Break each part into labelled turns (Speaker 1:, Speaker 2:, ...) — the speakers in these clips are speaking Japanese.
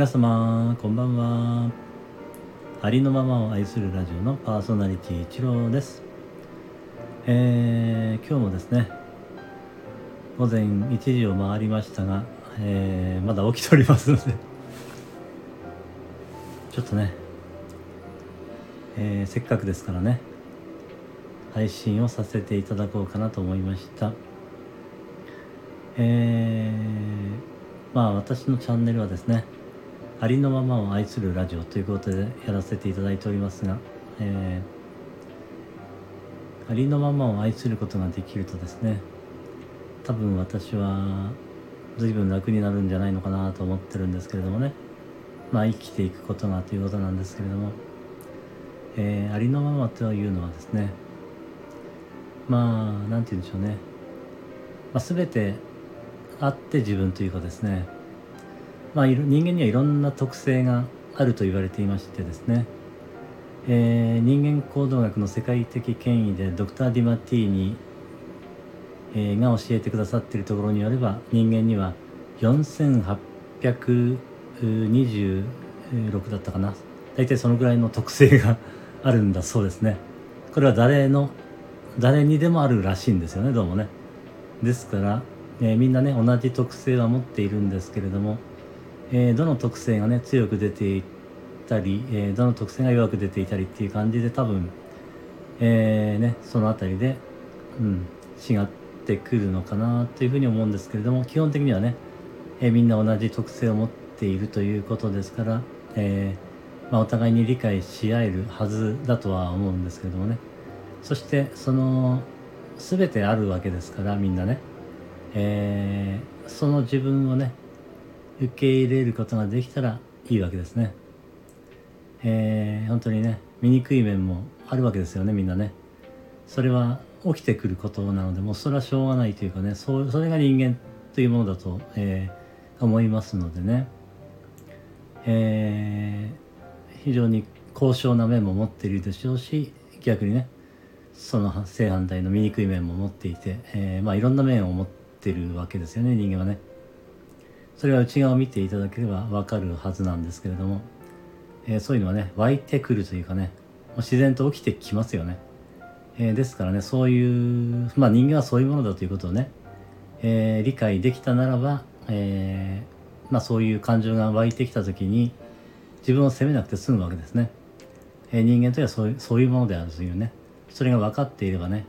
Speaker 1: 皆様こんばんは。ありのままを愛するラジオのパーソナリティ一郎です。今日もですね、午前1時を回りましたが、まだ起きておりますのでちょっとね、せっかくですからね、配信をさせていただこうかなと思いました。私のチャンネルはですね、ありのままを愛するラジオということでやらせていただいておりますが、ありのままを愛することができるとですね、多分私は随分楽になるんじゃないのかなと思ってるんですけれどもね、生きていくことがということなんですけれども、ありのままというのはですね、なんて言うんでしょうね、全てあって自分というかですね、人間にはいろんな特性があると言われていましてですね、人間行動学の世界的権威でドクター・ディマティーニ、が教えてくださっているところによれば、人間には4826だったかな、大体そのぐらいの特性があるんだそうですね。これは誰にでもあるらしいんですよね、どうもね。ですから、みんなね、同じ特性は持っているんですけれども、どの特性がね強く出ていたり、どの特性が弱く出ていたりっていう感じで、多分、そのあたりで、違ってくるのかなというふうに思うんですけれども、基本的にはね、みんな同じ特性を持っているということですから、お互いに理解し合えるはずだとは思うんですけれどもね。そしてその全てあるわけですから、みんなね、その自分をね受け入れることができたらいいわけですね。本当にね、醜い面もあるわけですよね、みんなね。それは起きてくることなので、もうそれはしょうがないというかね、それが人間というものだと、思いますのでね、非常に高尚な面も持っているでしょうし、逆にね、その正反対の醜い面も持っていて、いろんな面を持っているわけですよね、人間はね。それは内側を見ていただければ分かるはずなんですけれども、そういうのはね湧いてくるというかね、自然と起きてきますよね。ですからね、そういう、人間はそういうものだということをね、理解できたならば、そういう感情が湧いてきた時に自分を責めなくて済むわけですね。人間というのはそういうものであるというね、それが分かっていればね、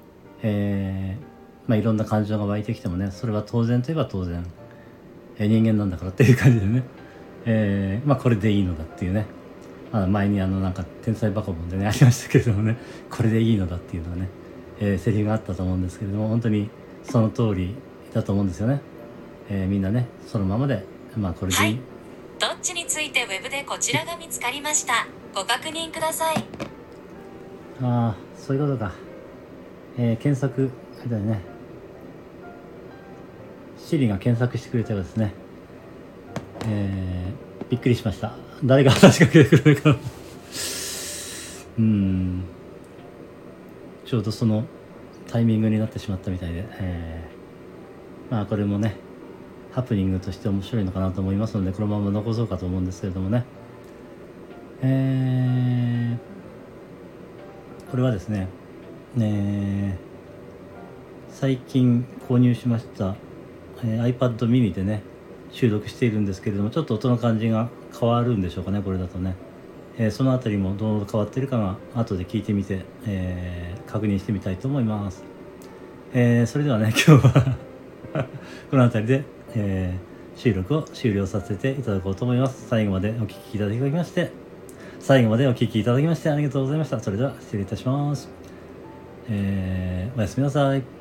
Speaker 1: いろんな感情が湧いてきてもね、それは当然といえば当然、人間なんだからっていう感じでね、これでいいのだっていうね、前に天才バカボンでねありましたけれどもね、これでいいのだっていうのはね、セリフがあったと思うんですけれども、本当にその通りだと思うんですよね。みんなねそのままで、これでいい、
Speaker 2: はい、どっちについてウェブでこちらが見つかりました。ご確認ください。
Speaker 1: そういうことか。検索あれだよね、Siri が検索してくれたようですね。びっくりしました。誰が話しかけてくるのかちょうどそのタイミングになってしまったみたいで、これもねハプニングとして面白いのかなと思いますので、このまま残そうかと思うんですけれどもね、これはですね、最近購入しました、iPad mini でね収録しているんですけれども、ちょっと音の感じが変わるんでしょうかね、これだとね。そのあたりもどう変わっているかが後で聞いてみて、確認してみたいと思います。それではね、今日はこのあたりで、収録を終了させていただこうと思います。最後までお聞きいただきましてありがとうございました。それでは失礼いたします。おやすみなさい。